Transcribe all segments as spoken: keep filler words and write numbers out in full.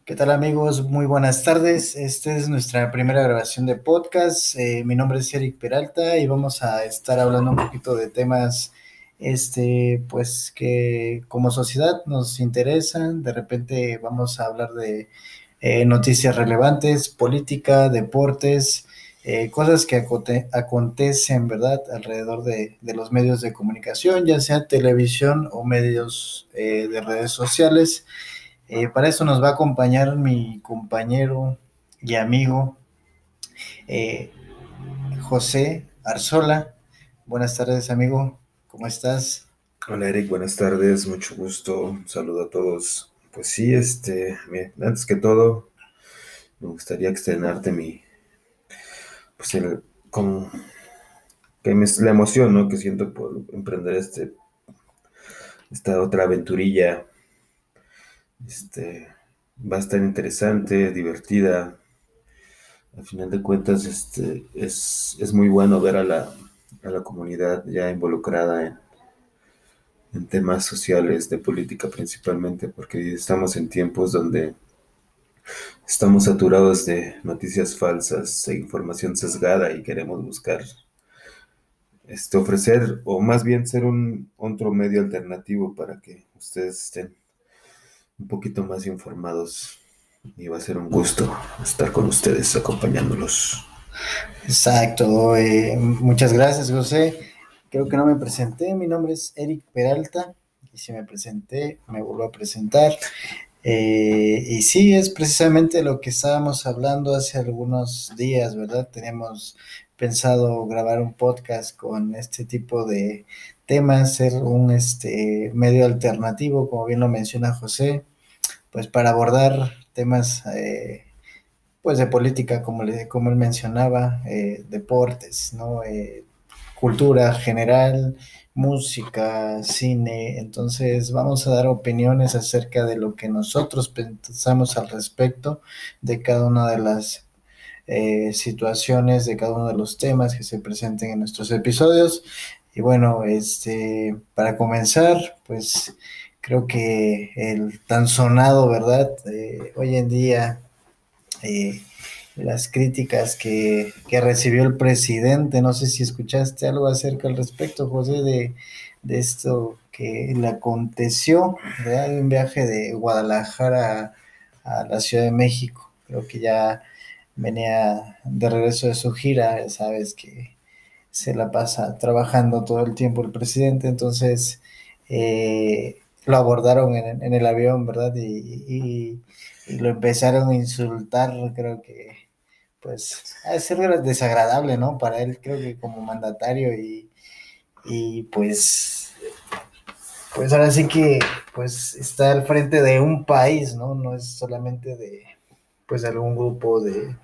¿Qué tal amigos? Muy buenas tardes. Esta es nuestra primera grabación de podcast. Eh, mi nombre es Eric Peralta y vamos a estar hablando un poquito de temas, este, pues que como sociedad nos interesan. De repente vamos a hablar de eh, noticias relevantes, política, deportes, eh, cosas que aconte- acontecen, ¿verdad? Alrededor de, de los medios de comunicación, ya sea televisión o medios eh, de redes sociales. Eh, para eso nos va a acompañar mi compañero y amigo eh, José Arzola. Buenas tardes, amigo. ¿Cómo estás? Hola Eric, buenas tardes, mucho gusto, un saludo a todos. Pues sí, este, bien, antes que todo, me gustaría externarte mi, pues el, con, que me- la emoción, ¿no? Que siento por emprender este, esta otra aventurilla, este, va a estar interesante, divertida. Al final de cuentas, este, es, es muy bueno ver a la, a la comunidad ya involucrada en, en temas sociales, de política principalmente, porque estamos en tiempos donde estamos saturados de noticias falsas e información sesgada y queremos buscar este, ofrecer o más bien ser un otro medio alternativo para que ustedes estén un poquito más informados. Y va a ser un gusto estar con ustedes acompañándolos. Exacto. Eh, muchas gracias, José. Creo que no me presenté. Mi nombre es Eric Peralta. Y si me presenté, me vuelvo a presentar. Eh, y sí, es precisamente lo que estábamos hablando hace algunos días, ¿verdad? Teníamos pensado grabar un podcast con este tipo de temas, ser un este, medio alternativo, como bien lo menciona José, pues para abordar temas eh, pues de política, como, le, como él mencionaba, eh, deportes, ¿no? Eh, cultura general, música, cine. Entonces vamos a dar opiniones acerca de lo que nosotros pensamos al respecto de cada una de las eh, situaciones, de cada uno de los temas que se presenten en nuestros episodios. Y bueno, este, para comenzar, pues creo que el tan sonado, ¿verdad? Eh, hoy en día eh, las críticas que, que, recibió el presidente. No sé si escuchaste algo acerca al respecto, José, de, de esto que le aconteció, ¿verdad? Un viaje de Guadalajara a, a la Ciudad de México. Creo que ya venía de regreso de su gira, sabes que se la pasa trabajando todo el tiempo el presidente, entonces eh, lo abordaron en, en, el avión, ¿verdad? Y, y, y, lo empezaron a insultar, creo que, pues, a ser desagradable, ¿no? Para él, creo que como mandatario y, y pues, pues ahora sí que, pues, está al frente de un país, ¿no? No es solamente de, pues, algún grupo de,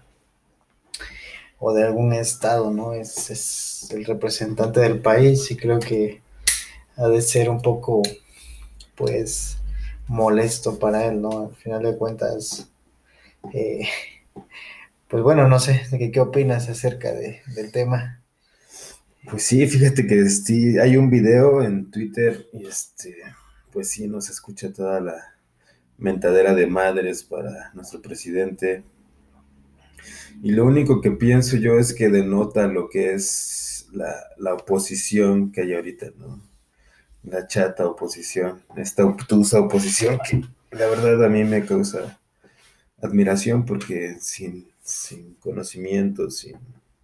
o de algún estado, ¿no? Es, es el representante del país y creo que ha de ser un poco, pues, molesto para él, ¿no? Al final de cuentas, eh, pues bueno, no sé, ¿qué, qué opinas acerca de, del tema? Pues sí, fíjate que sí, hay un video en Twitter y este, pues sí, nos escucha toda la mentadera de madres para nuestro presidente. Y lo único que pienso yo es que denota lo que es la, la oposición que hay ahorita, ¿no? La chata oposición, esta obtusa oposición que la verdad a mí me causa admiración porque sin, sin conocimiento, sin,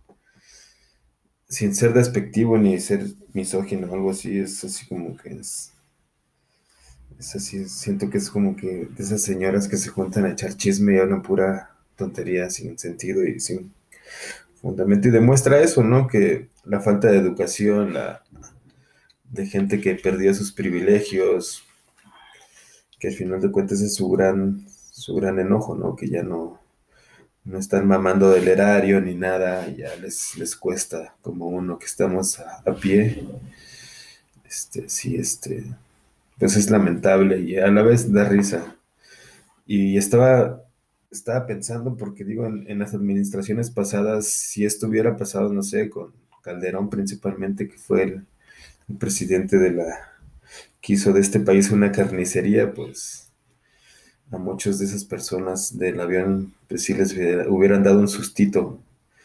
sin ser despectivo ni ser misógino o algo así, es así como que es, es así, siento que es como que de esas señoras que se juntan a echar chisme y hablan pura tontería sin sentido y sin fundamento y demuestra eso, ¿no? Que la falta de educación, la de gente que perdió sus privilegios, que al final de cuentas es su gran, su gran enojo, ¿no? Que ya no, no están mamando del erario ni nada, ya les, les cuesta como uno que estamos a, a pie. Este, sí, este, pues es lamentable y a la vez da risa. Y estaba, estaba pensando, porque digo, en, en las administraciones pasadas, si esto hubiera pasado, no sé, con Calderón principalmente, que fue el, el presidente de la, que hizo de este país una carnicería, pues a muchos de esas personas del avión, pues sí les hubiera- hubieran dado un sustito.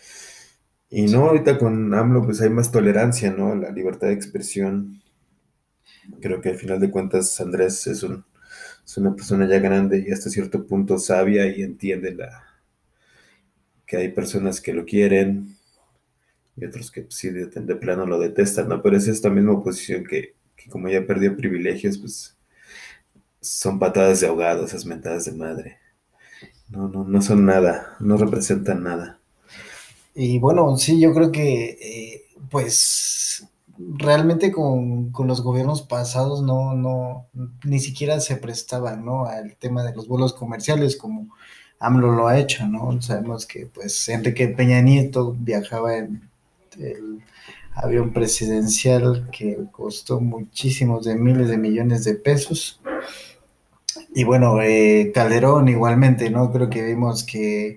Y no, Sí, ahorita con AMLO pues hay más tolerancia, ¿no? La libertad de expresión. Creo que al final de cuentas Andrés es un, es una persona ya grande y hasta cierto punto sabia y entiende la, que hay personas que lo quieren y otros que pues, sí de, de plano lo detestan, ¿no? Pero es esta misma oposición que, que como ya perdió privilegios, pues son patadas de ahogado, esas mentadas de madre. No, no, no son nada, no representan nada. y bueno, sí, yo creo que eh, pues realmente con, con los gobiernos pasados no, no, ni siquiera se prestaban, ¿no? Al tema de los vuelos comerciales como AMLO lo ha hecho, ¿no? Sabemos que pues Enrique Peña Nieto viajaba en el avión presidencial que costó muchísimos de miles de millones de pesos. Y bueno, eh, Calderón igualmente, ¿no? Creo que vimos que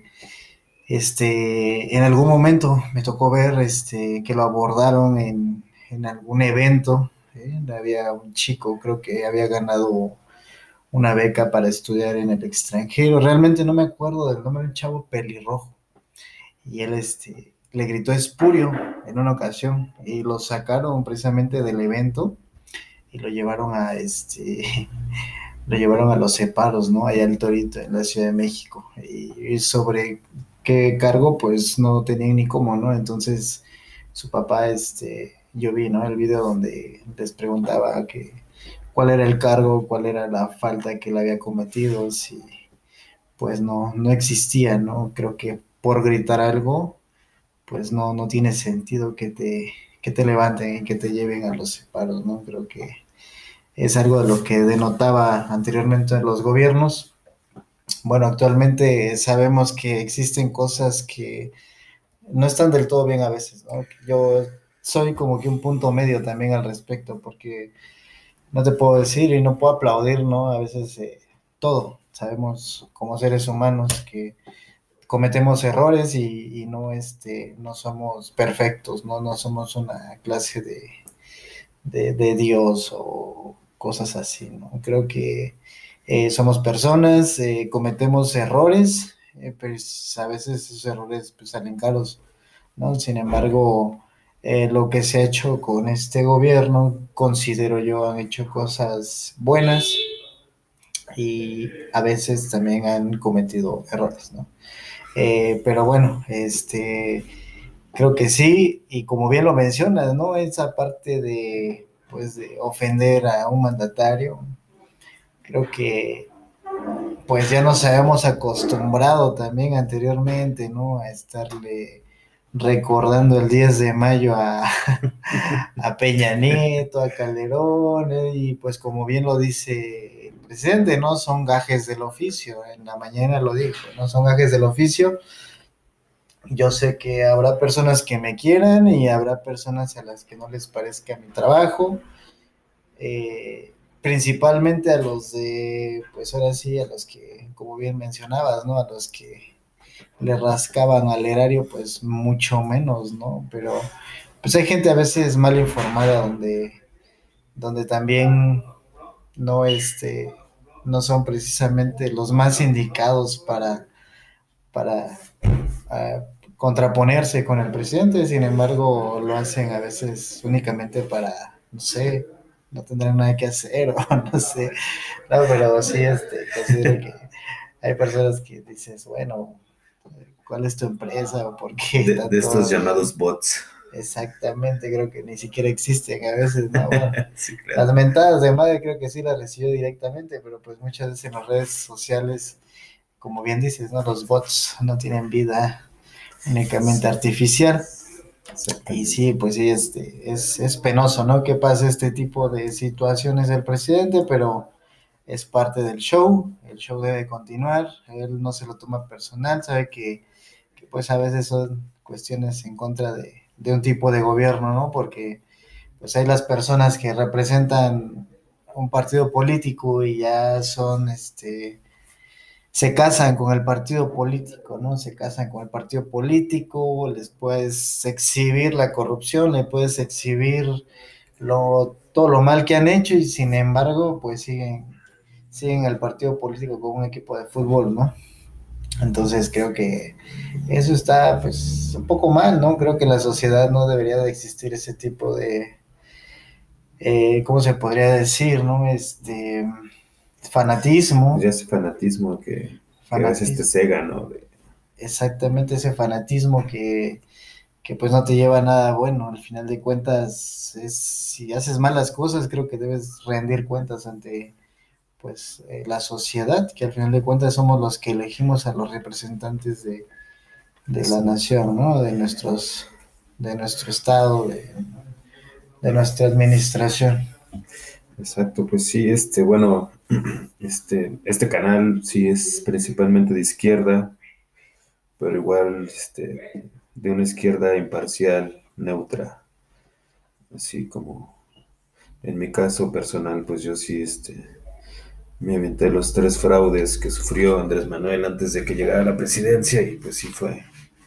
este, en algún momento me tocó ver este, que lo abordaron en, en algún evento. ¿Eh? Había un chico, creo que había ganado una beca para estudiar en el extranjero. Realmente no me acuerdo del nombre, un chavo pelirrojo. Y él este, le gritó espurio en una ocasión y lo sacaron precisamente del evento y lo llevaron a este lo llevaron a los separos, ¿no? Allá al Torito, en la Ciudad de México. Y, y sobre qué cargo, pues no tenían ni cómo, ¿no? Entonces, su papá, este, yo vi, ¿no? El video donde les preguntaba que cuál era el cargo, cuál era la falta que le había cometido, si pues no, no existía, ¿no? Creo que por gritar algo, pues no, no tiene sentido que te, que te levanten y que te lleven a los separos, ¿no? Creo que es algo de lo que denotaba anteriormente los gobiernos. Bueno, actualmente sabemos que existen cosas que no están del todo bien a veces, ¿no? Yo soy como que un punto medio también al respecto, porque no te puedo decir y no puedo aplaudir, ¿no? A veces eh, todo. Sabemos como seres humanos que cometemos errores y, y no, este, no somos perfectos, ¿no? No somos una clase de, de, de Dios o cosas así, ¿no? Creo que eh, somos personas, eh, cometemos errores, eh, pues a veces esos errores pues, salen caros, ¿no? Sin embargo, eh, lo que se ha hecho con este gobierno, considero yo, han hecho cosas buenas y a veces también han cometido errores, ¿no? Eh, pero bueno, este, creo que sí, y como bien lo mencionas, ¿no? Esa parte de, pues, de ofender a un mandatario, creo que pues ya nos habíamos acostumbrado también anteriormente, ¿no? A estarle recordando el diez de mayo a, a Peña Nieto, a Calderón, ¿eh? Y pues como bien lo dice el presidente, ¿no? Son gajes del oficio, en la mañana lo dijo, ¿no? Son gajes del oficio. Yo sé que habrá personas que me quieran y habrá personas a las que no les parezca mi trabajo, eh, principalmente a los de, pues ahora sí, a los que, como bien mencionabas, ¿no? A los que le rascaban al erario, pues mucho menos, ¿no? Pero pues hay gente a veces mal informada donde, donde también no, este, no son precisamente los más indicados para, para a contraponerse con el presidente, sin embargo lo hacen a veces únicamente para, no sé, no tendrán nada que hacer o no sé, no, pero sí este, considero que hay personas que dices, bueno, ¿cuál es tu empresa o por qué De, de estos tanto? llamados bots. Exactamente, creo que ni siquiera existen a veces, ¿no? Bueno, Sí, claro. las mentadas de madre creo que sí las recibió directamente, pero pues muchas veces en las redes sociales, como bien dices, ¿no? Los bots no tienen vida únicamente Sí, artificial. Y exactamente. sí, pues sí, este, es, es penoso, ¿no? Que pase este tipo de situaciones del presidente, pero es parte del show, el show debe continuar, él no se lo toma personal, sabe que, que pues a veces son cuestiones en contra de, de un tipo de gobierno, ¿no? Porque pues hay las personas que representan un partido político y ya son, este, se casan con el partido político, ¿no? Se casan con el partido político, les puedes exhibir la corrupción, le puedes exhibir lo, todo lo mal que han hecho y sin embargo, pues siguen, siguen el partido político como un equipo de fútbol, ¿no? Entonces creo que eso está pues un poco mal, ¿no? Creo que en la sociedad no debería de existir ese tipo de, eh, ¿cómo se podría decir, ¿no? Este Pues ya fanatismo, ese fanatismo que, que a veces te fanatismo, cega, ¿no? De- exactamente ese fanatismo que, que pues no te lleva a nada bueno. Al final de cuentas, es, si haces malas cosas, creo que debes rendir cuentas ante pues eh, la sociedad, que al final de cuentas somos los que elegimos a los representantes de, de la Exacto, nación, ¿no? De nuestros, de nuestro estado, de, de nuestra administración. exacto, pues sí, este, bueno, este, este canal sí es principalmente de izquierda, pero igual, este, de una izquierda imparcial, neutra, así como en mi caso personal, pues yo sí, este, me aventé los tres fraudes que sufrió Andrés Manuel antes de que llegara a la presidencia y pues sí fue,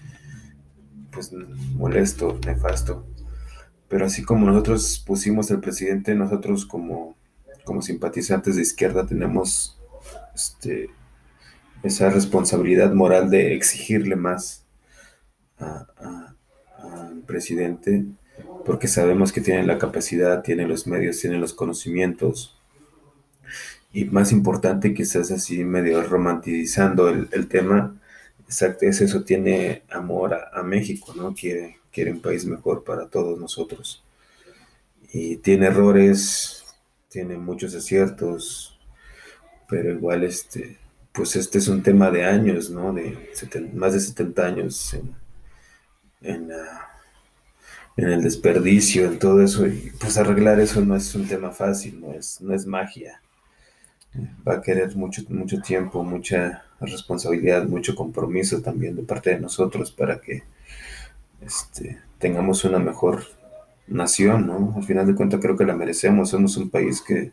pues molesto, nefasto. Pero así como nosotros pusimos al presidente, nosotros como, como simpatizantes de izquierda tenemos este, esa responsabilidad moral de exigirle más a- a- al presidente, porque sabemos que tiene la capacidad, tiene los medios, tiene los conocimientos, y más importante, quizás así medio romantizando el, el tema, exacto, es eso, tiene amor a, a México, ¿no? Quiere, quiere un país mejor para todos nosotros. Y tiene errores, tiene muchos aciertos, pero igual este, pues este es un tema de años, ¿no? De seten- más de setenta años en, en, la- en el desperdicio, en todo eso, y pues arreglar eso no es un tema fácil, no es, no es magia. Va a querer mucho, mucho tiempo, mucha responsabilidad, mucho compromiso también de parte de nosotros para que este, tengamos una mejor nación, ¿no? Al final de cuentas creo que la merecemos, somos un país que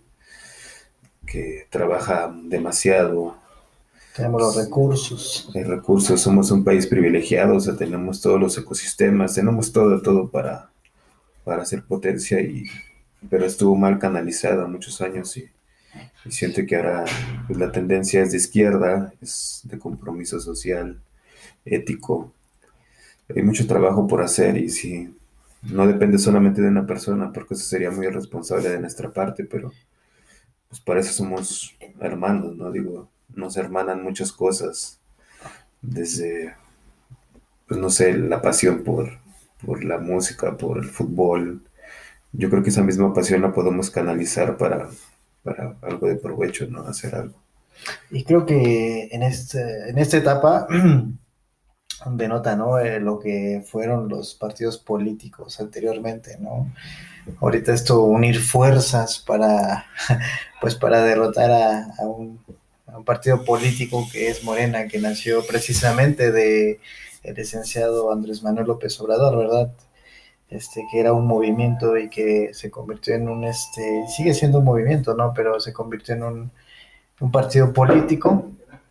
que trabaja demasiado, Tenemos los recursos. hay recursos, somos un país privilegiado, o sea, tenemos todos los ecosistemas, tenemos todo, todo para, para ser potencia, y, pero estuvo mal canalizada muchos años y, y siento que ahora pues, la tendencia es de izquierda, es de compromiso social, ético. Hay mucho trabajo por hacer y si no depende solamente de una persona, porque eso sería muy irresponsable de nuestra parte, pero pues para eso somos hermanos, ¿no? Digo, nos hermanan muchas cosas, desde, pues no sé, la pasión por, por la música, por el fútbol. Yo creo que esa misma pasión la podemos canalizar para, para algo de provecho, ¿no? Hacer algo. Y creo que en, este, en esta etapa denota, ¿no? Eh, lo que fueron los partidos políticos anteriormente, ¿no? Ahorita esto unir fuerzas para, pues para derrotar a, a, un, a un partido político que es Morena, que nació precisamente de el licenciado Andrés Manuel López Obrador, ¿verdad? Este, que era un movimiento y que se convirtió en un, este, sigue siendo un movimiento, ¿no? Pero se convirtió en un, un partido político.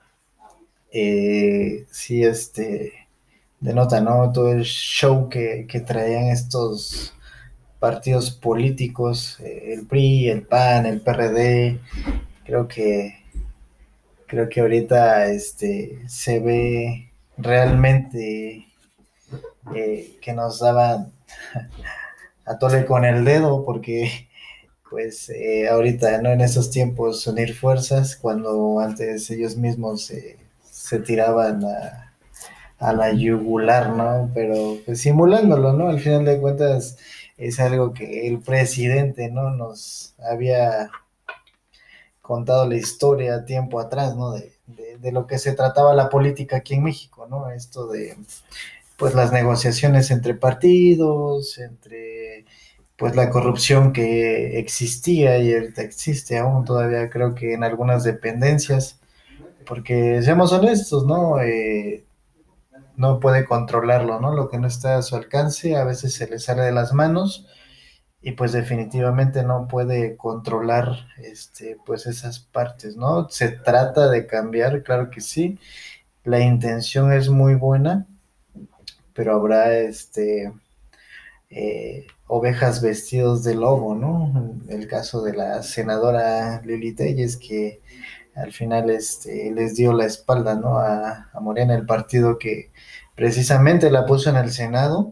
Eh, sí, este, denota, ¿no? Todo el show que, que traían estos partidos políticos, eh, el P R I, el P A N, el P R D, creo que, creo que ahorita este, se ve realmente eh, que nos daban a tole con el dedo, porque pues eh, ahorita, ¿no? En esos tiempos unir fuerzas, cuando antes ellos mismos eh, se tiraban a, a la yugular, ¿no? Pero pues simulándolo, ¿no? Al final de cuentas es algo que el presidente, ¿no? Nos había contado la historia tiempo atrás, ¿no? De, de, de lo que se trataba la política aquí en México, ¿no? Esto de, pues, las negociaciones entre partidos, entre, pues, la corrupción que existía y ahorita existe aún todavía, creo que en algunas dependencias, porque seamos honestos, ¿no? Eh, no puede controlarlo, ¿no? Lo que no está a su alcance a veces se le sale de las manos y pues definitivamente no puede controlar este pues esas partes, ¿no? Se trata de cambiar, claro que sí. La intención es muy buena, pero habrá este eh, ovejas vestidos de lobo, ¿no? El caso de la senadora Lili Telles que al final este, les dio la espalda, ¿no? A, a Morena, el partido que precisamente la puso en el Senado,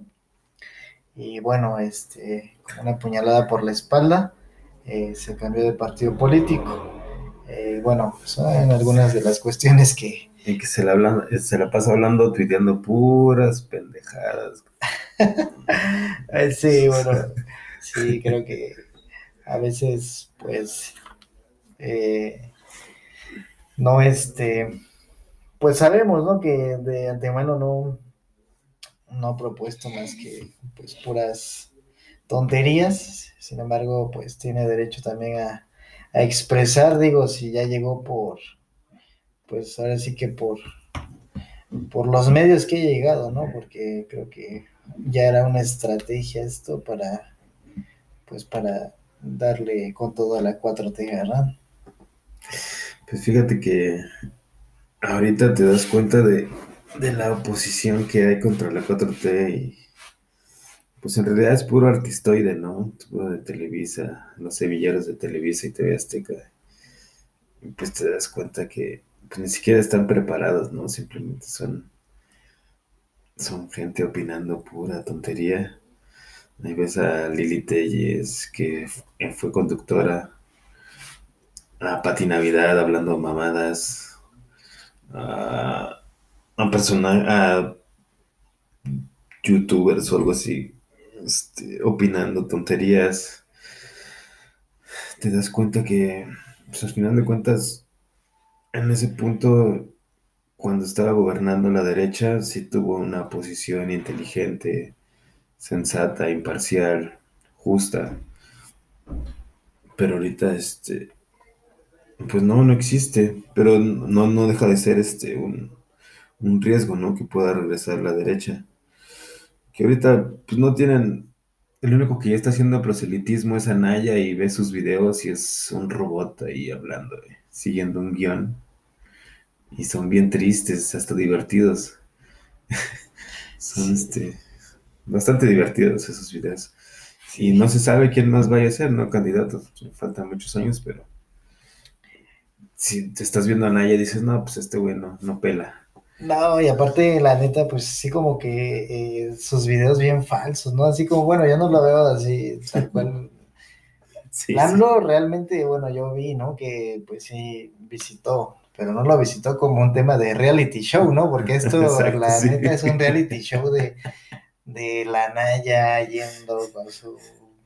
y bueno, este, con una puñalada por la espalda, eh, se cambió de partido político. Eh, bueno, son algunas de las cuestiones que... Y que se la, hablan, se la pasa hablando, tuiteando puras pendejadas. Eh, sí, bueno, sí, creo que a veces, pues, eh, no, este, pues sabemos, ¿no? Que de antemano no, no ha propuesto más que, pues, puras tonterías. Sin embargo, pues tiene derecho también a, a expresar, digo, si ya llegó por, pues ahora sí que por, por los medios que he llegado, ¿no? Porque creo que ya era una estrategia esto para, pues para darle con todo a la cuatro T, ¿verdad? Pues fíjate que ahorita te das cuenta de, de la oposición que hay contra la cuatro T y pues en realidad es puro artistoide, ¿no? Es puro de Televisa, los semilleros de Televisa y T V Azteca. Y pues te das cuenta que pues, ni siquiera están preparados, ¿no? Simplemente son, son gente opinando pura tontería. Ahí ves a Lili Telles, que f- fue conductora, a Pati Navidad hablando mamadas, a, a, persona- a youtubers o algo así, este, opinando tonterías. Te das cuenta que, pues al final de cuentas, en ese punto, cuando estaba gobernando la derecha, sí tuvo una posición inteligente, sensata, imparcial, justa, pero ahorita, este, pues no, no existe, pero no, no deja de ser este un, un riesgo, ¿no? Que pueda regresar la derecha. Que ahorita, pues no tienen, el único que ya está haciendo proselitismo es Anaya y ve sus videos y es un robot ahí hablando, eh, siguiendo un guión. Y son bien tristes, hasta divertidos. Son Sí, este, bastante divertidos esos videos. Y sí. no se sabe quién más vaya a ser, ¿no? Candidatos. Faltan muchos años, pero si te estás viendo a Anaya y dices, no, pues este güey no, no pela. No, y aparte, la neta, pues sí como que eh, sus videos bien falsos, ¿no? Así como, bueno, yo no lo veo así, tal cual. Sí, sí. AMLO realmente, bueno, yo vi, ¿no? Que pues sí visitó, pero no lo visitó como un tema de reality show, ¿no? Porque esto, Exacto, la sí. neta, es un reality show de, de la Naya yendo con su,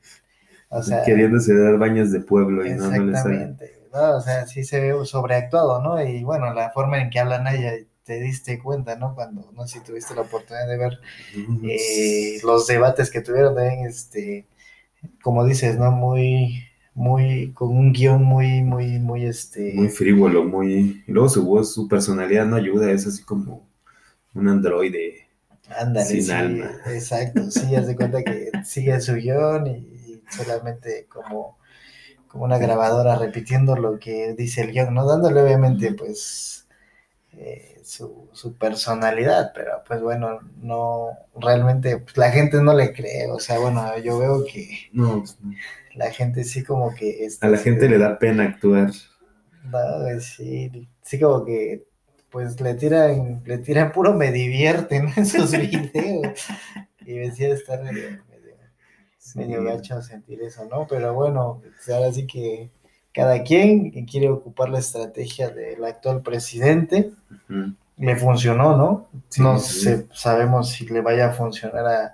o sea, Queriéndose dar baños de pueblo y no, no le sale. exactamente, ¿no? O sea, sí se ve sobreactuado, ¿no? Y bueno, la forma en que habla Naya, te diste cuenta, ¿no? Cuando, no sé si tuviste la oportunidad de ver No, eh, es los debates que tuvieron también, este, como dices, ¿no? Muy, muy, con un guión muy, muy, muy, muy este, frívolo, muy... Y luego su voz, su personalidad no ayuda, es así como un androide ándale, sin sí, alma. exacto, sí, haz de cuenta que sigue su guión y, y solamente como, como una grabadora repitiendo lo que dice el guión, ¿no? Dándole obviamente, pues, eh, su, su personalidad, pero pues bueno, no, realmente, pues, la gente no le cree, o sea, bueno, yo veo que No, pues no. la gente sí como que A está la así gente le de, da pena actuar. no, güey, sí, sí como que pues le tiran, le tiran puro me divierte, ¿no? En sus videos. Y me decía estar medio, medio, medio Sí. gacho sentir eso, ¿no? Pero bueno, pues ahora sí que cada quien quiere ocupar la estrategia del actual presidente. Ujú. Le funcionó, ¿no? No Sí, sí. sé, sabemos si le vaya a funcionar a,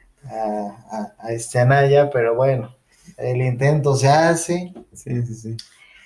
a, a, a este Anaya, pero bueno, el intento se hace. Sí, sí, sí.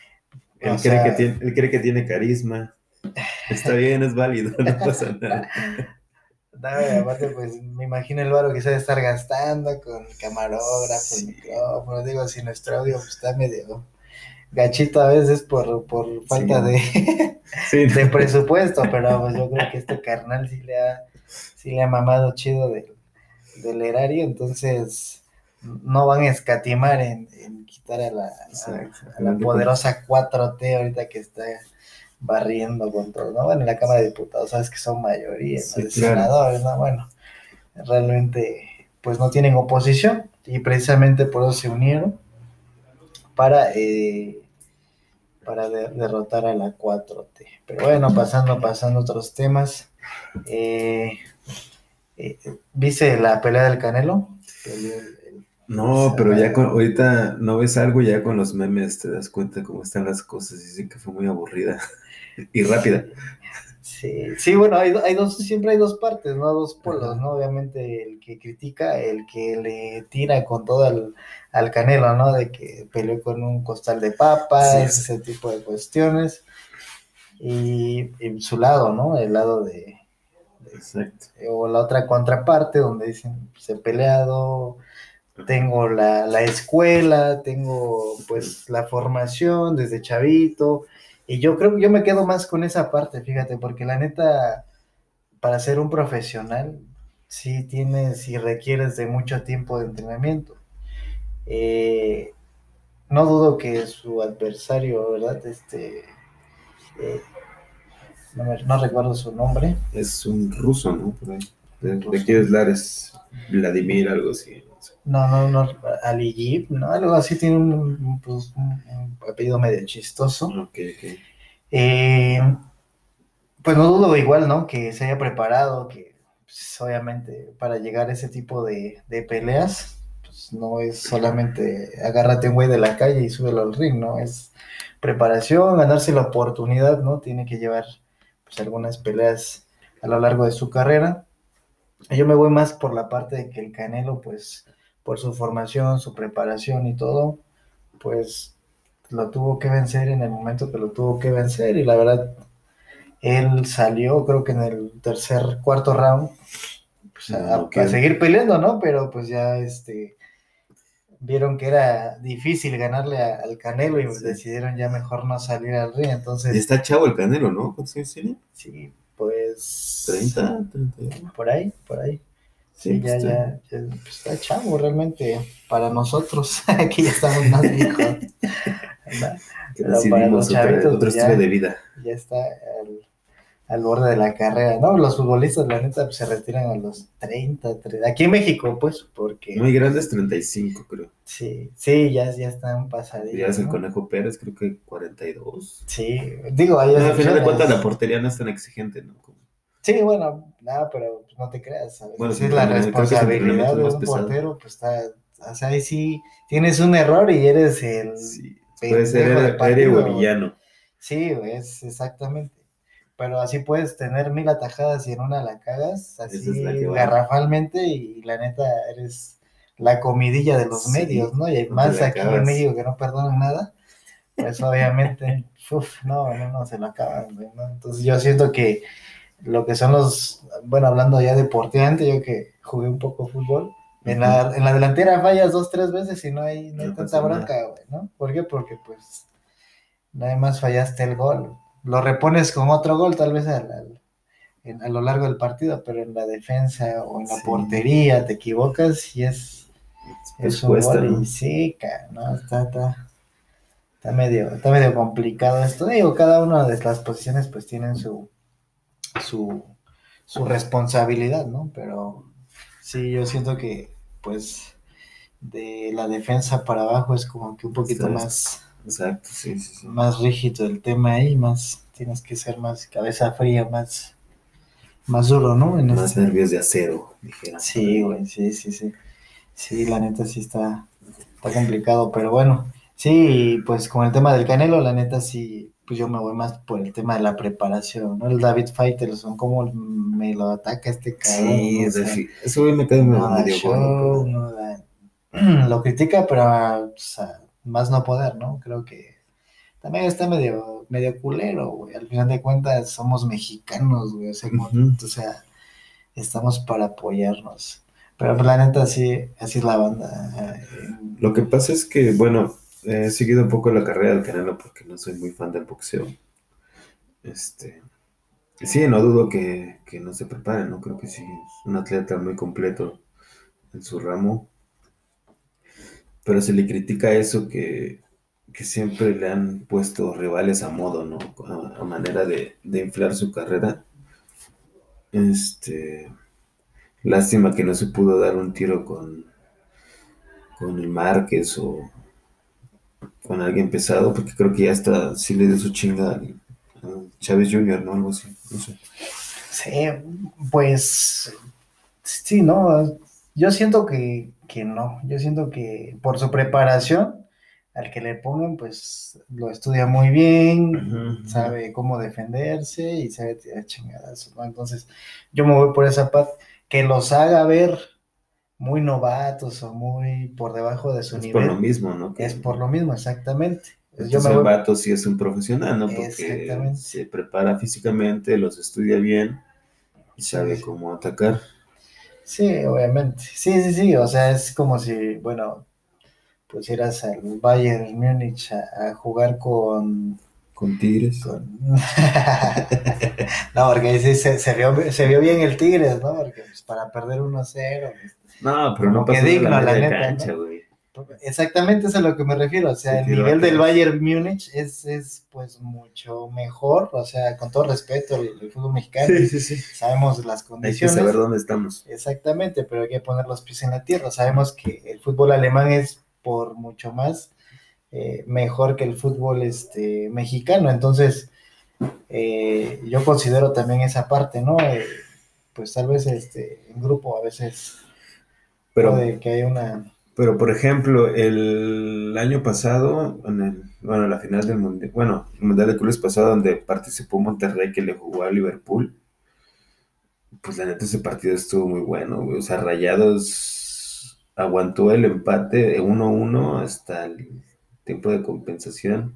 O Él cree que sea, tiene, él cree que tiene carisma. Está bien, es válido, no pasa nada. no, y aparte, pues me imagino el varo que se debe estar gastando con el camarógrafo, el Sí, micrófono. Digo, si nuestro audio pues, está medio gachito a veces por, por sí, falta no. de, Sí, de no. presupuesto, pero pues yo creo que este carnal sí le ha, sí le ha mamado chido del, del erario, entonces no van a escatimar en, en quitar a la, Exacto, al a, a la final de cuentas. poderosa cuatro T ahorita que está barriendo con todo, ¿no? Bueno, en la Cámara de Diputados, sabes que son mayoría, ¿no? Sí, De claro. senadores, ¿no? Bueno, realmente, pues no tienen oposición y precisamente por eso se unieron para, eh, para de- derrotar a la cuatro T. Pero bueno, pasando, pasando a otros temas. Eh, eh, ¿Viste la pelea del Canelo? Peleó el, el- el No, pero ya con, sábado. ahorita no ves algo ya con los memes, te das cuenta cómo están las cosas. Dicen que fue muy aburrida y rápida. Sí, sí, sí, bueno, hay, do- hay dos, siempre hay dos partes, ¿no? Dos polos, Ajá. ¿no? Obviamente el que critica, el que le tira con todo al, al Canelo, ¿no? De que peleó con un costal de Sí, papas, ese exacto. tipo de cuestiones. Y, y su lado, ¿no? El lado de, Exacto. de- o la otra contraparte, donde dicen, pues he peleado, Ajá. tengo la, la escuela, tengo pues la formación desde chavito, y yo creo que yo me quedo más con esa parte, fíjate, porque la neta, para ser un profesional, sí tienes y requieres de mucho tiempo de entrenamiento. Eh, no dudo que su adversario, ¿verdad? Este, eh, no, me- no recuerdo su nombre, Es un ruso, ¿no? Por ahí. De, de aquí ruso. es Lares, Vladimir, algo así. No sé. No, no, no, Ali, ¿no? Algo así tiene un, un, pues, un- un apellido medio chistoso. Ok, ok. Eh, pues no dudo igual, ¿no? Que se haya preparado, que pues, obviamente para llegar a ese tipo de, de peleas, pues no es solamente agárrate un güey de la calle y súbelo al ring, ¿no? Es preparación, ganarse la oportunidad, ¿no? Tiene que llevar pues algunas peleas a lo largo de su carrera. Yo me voy más por la parte de que el Canelo, pues, por su formación, su preparación y todo, pues lo tuvo que vencer en el momento que lo tuvo que vencer. Y la verdad, él salió, creo que en el tercer, cuarto round, pues, Lo a, a noqueó. seguir peleando, ¿no? Pero pues ya este, vieron que era difícil ganarle a- al Canelo y Sí. decidieron ya mejor no salir al ring. Y Entonces, está chavo el Canelo, ¿no? ¿Cuántos años tiene? sí, pues Treinta, treinta y uno. por ahí, por ahí. Sí, Sí, pues ya, está. ya, ya, pues, está chavo realmente para nosotros, que ya estamos más viejos, ¿verdad? Que Pero para los decidimos otra, chavitos, otro pues estilo de ya, vida. ya está al, al borde de la carrera, ¿no? Los futbolistas, la neta, pues, se retiran a los treinta, treinta, aquí en México, pues, porque Muy grande es treinta y cinco, creo. sí, sí, ya, ya están Ya es pasadillos, el ¿no? Conejo Pérez, creo que cuarenta y dos. Sí, digo, hay No, al final de cuentas la excepciones. portería no es tan exigente, ¿no? Como- Sí, bueno, nada, pero pues, no te creas, a bueno, veces su es la entrenamiento, creo que su entrenamiento responsabilidad es de más un pesado. portero, pues está, o sea, ahí sí tienes un error y eres el Sí, puede ser pendejo del héroe, héroe o partido, güey. villano. Sí, güey, es exactamente. Pero así puedes tener mil atajadas y en una la cagas, Esa es la así que vale. garrafalmente, y la neta eres la comidilla de los medios, Sí, ¿no? Y no te más la aquí en acabas. México que no perdonan nada, pues obviamente, uf, no, no, no se lo acaban, güey, ¿no? Entonces yo siento que lo que son los, bueno, hablando ya deportivamente, yo que jugué un poco fútbol, en Ujú. la, en la delantera fallas dos, tres veces y no hay, no hay No tanta pasa nada. bronca, güey, ¿no? ¿Por qué? Porque pues nada más fallaste el gol. Lo repones con otro gol, tal vez al- al- en- a lo largo del partido, pero en la defensa o en la Sí, portería te equivocas y es, pues es un cuesta, gol y ¿no? sí, ca- no, está, está, está medio, está medio complicado esto. Digo, cada una de las posiciones pues tienen su, su, su responsabilidad, ¿no? Pero sí, yo siento que pues de la defensa para abajo es como que un poquito Está, más, exacto, sí, sí, sí. más rígido el tema ahí, más tienes que ser más cabeza fría, más, más duro, ¿no? En Más este. nervios de acero, dijeran por Sí, ahí. güey, sí, sí, sí. Sí, la neta sí está, está complicado, pero bueno, sí, pues con el tema del Canelo, la neta sí, pues yo me voy más por el tema de la preparación, ¿no? El David Faitelson, cómo me lo ataca este cabrón, ¿no? Sí, O sea, defi- eso güey me cae no da medio gordo, show, pero no da... Lo critica, pero o sea, más no poder, ¿no? Creo que también está medio, medio culero, güey. Al final de cuentas somos mexicanos, güey. O sea, como- ujú. o sea, estamos para apoyarnos. Pero pues, la neta sí, así es la banda. eh, Lo que pasa es que, bueno, he seguido un poco la carrera del Canelo porque no soy muy fan del boxeo. Este, sí, no dudo que, que no se prepare, ¿no? Creo que sí, es un atleta muy completo en su ramo, pero se le critica eso que, que siempre le han puesto rivales a modo, ¿no? A, a manera de, de inflar su carrera. Este, lástima que no se pudo dar un tiro con, con el Márquez o, con alguien pesado, porque creo que ya hasta sí le dio su chinga al, al Chávez junior, ¿no? Algo así, no sé. Sí, pues sí, ¿no? Yo siento que, que no, yo siento que por su preparación, al que le pongan, pues lo estudia muy Ujú, bien, ujú. sabe cómo defenderse y sabe tirar chingadas, ¿no? Entonces, yo me voy por esa parte, que los haga ver muy novatos o muy por debajo de su Es por lo nivel, mismo, ¿no? es Que por lo mismo, exactamente. Pues yo me entonces el voy, vato sí es un profesional, ¿no? Porque exactamente, se prepara físicamente, los estudia bien y sí, sí, sabe sí. cómo atacar. Sí, obviamente. Sí, sí, sí, o sea, es como si, bueno, pusieras al Bayern Múnich a, a jugar con, Con Tigres. con... No, porque ahí sí se, se vio, se vio bien el Tigres, ¿no? Porque pues, para perder uno cero, pues, No, pero no como que pasó de la digno, la media neta, cancha, ¿no? güey. Exactamente eso es a lo que me refiero, o Se sea, el tiró nivel del atrás. Bayern Múnich es, es pues mucho mejor, o sea, con todo respeto al, al fútbol mexicano, Sí, sí, sí. sabemos las Hay que saber condiciones. dónde estamos. Exactamente, pero hay que poner los pies en la tierra. Sabemos que el fútbol alemán es por mucho más eh, mejor que el fútbol este, mexicano. Entonces, eh, yo considero también esa parte, ¿no? Eh, pues tal vez este, en grupo a veces Pero, puede que haya una... pero por ejemplo, el año pasado, en el, bueno, la final del Mundial, bueno, el Mundial de Clubes pasado, donde participó Monterrey, que le jugó a Liverpool, pues la neta ese partido estuvo muy bueno, güey. O sea, Rayados aguantó el empate de uno uno hasta el tiempo de compensación.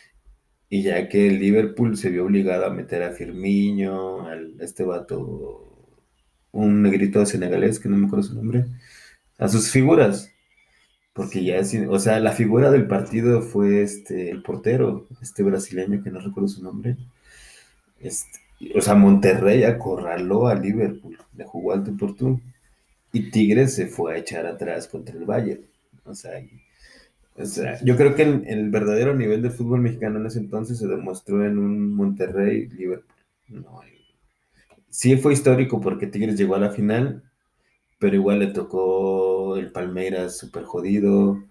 Y ya que el Liverpool se vio obligado a meter a Firmino, al este vato, un negrito senegalés, que no me acuerdo su nombre, a sus figuras. Porque ya es, o sea, la figura del partido fue este, el portero, este brasileño que no recuerdo su nombre. Este, o sea, Monterrey acorraló a Liverpool, le jugó al tú por tú. Y Tigres se fue a echar atrás contra el Bayern. O sea, y- o Sí, sea, sí, yo creo que el, el verdadero nivel del fútbol mexicano en ese entonces se demostró en un Monterrey-Liverpool. No, sí fue histórico porque Tigres llegó a la final, pero igual le tocó el Palmeiras súper jodido.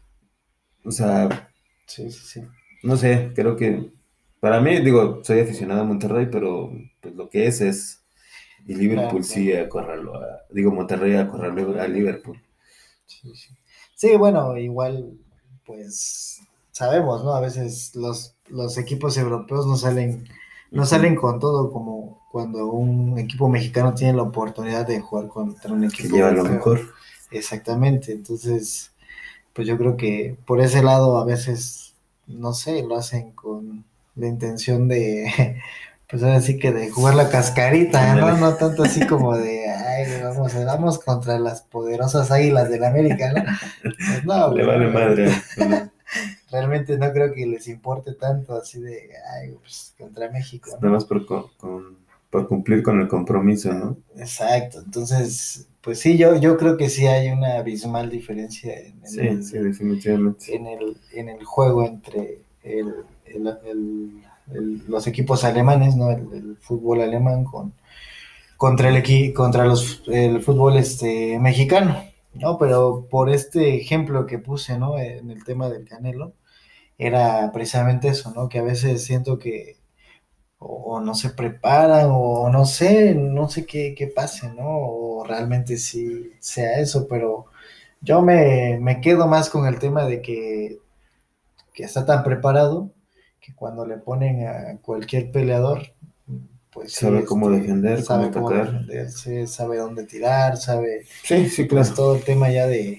O sea, sí, sí, sí. no sé, creo que para mí, digo, soy aficionado a Monterrey, pero pues lo que es es, y Claro, Liverpool claro. sí acorraló a, digo, Monterrey acorraló a Liverpool. Sí, sí. Sí, bueno, igual, pues sabemos, ¿no? A veces los, los equipos europeos no salen, no Ujú. salen con todo como cuando un equipo mexicano tiene la oportunidad de jugar contra un Que equipo lleva lo europeo. mejor. Exactamente. Entonces, pues yo creo que por ese lado a veces, no sé, lo hacen con la intención de, pues ahora sí que de jugar la cascarita, Ándale, ¿no? No tanto así como de, ay, vamos, vamos contra las poderosas águilas del América, ¿no? Pues no, le güey, vale no, madre. Bueno, realmente no creo que les importe tanto así de, ay, pues contra México, nada ¿no? más por, co- con- por cumplir con el compromiso, ¿no? Exacto, entonces, pues sí, yo, yo creo que sí hay una abismal diferencia en, en Sí, el, sí, definitivamente. en el, en el juego entre el, el- el- el- los equipos alemanes, ¿no? El, el fútbol alemán con, contra el equi- contra los, el fútbol este, mexicano, ¿no? Pero por este ejemplo que puse, ¿no? En el tema del Canelo, era precisamente eso, ¿no? Que a veces siento que o, o no se preparan o no sé, no sé qué, qué pase, ¿no? O realmente sí sea eso, pero yo me, me quedo más con el tema de que, que está tan preparado que cuando le ponen a cualquier peleador, pues sí, Sabe cómo este, defender, cómo sabe cómo atacar. defenderse, sabe dónde tirar, sabe, Sí, sí, pues claro. todo el tema ya de,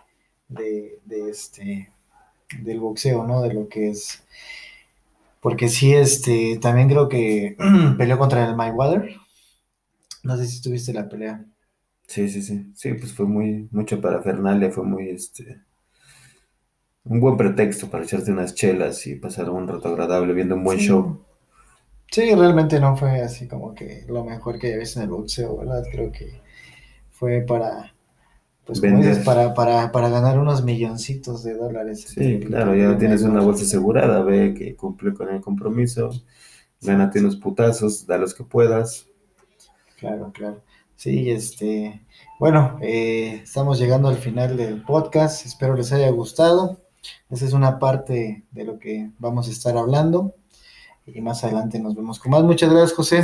de, de este, del boxeo, ¿no? De lo que es. Porque sí, este, también creo que peleó contra el Mayweather. No sé si tuviste la pelea. Sí, sí, sí. Sí, pues fue muy, mucha parafernalia, fue muy, este, un buen pretexto para echarte unas chelas y pasar un rato agradable viendo un buen Sí, show. sí, realmente no fue así como que lo mejor que he visto en el boxeo, ¿verdad? Creo que fue para, pues como dices, Vender. para, para, para ganar unos milloncitos de dólares entre Sí, el claro, Canelo ya y tienes una Mayweather. bolsa asegurada, ve que cumple con el compromiso, Exacto, gánate unos putazos, da los que puedas. claro, claro. Sí, este, bueno, eh, estamos llegando al final del podcast. Espero les haya gustado. Esa es una parte de lo que vamos a estar hablando y más adelante nos vemos con más. Muchas gracias, José.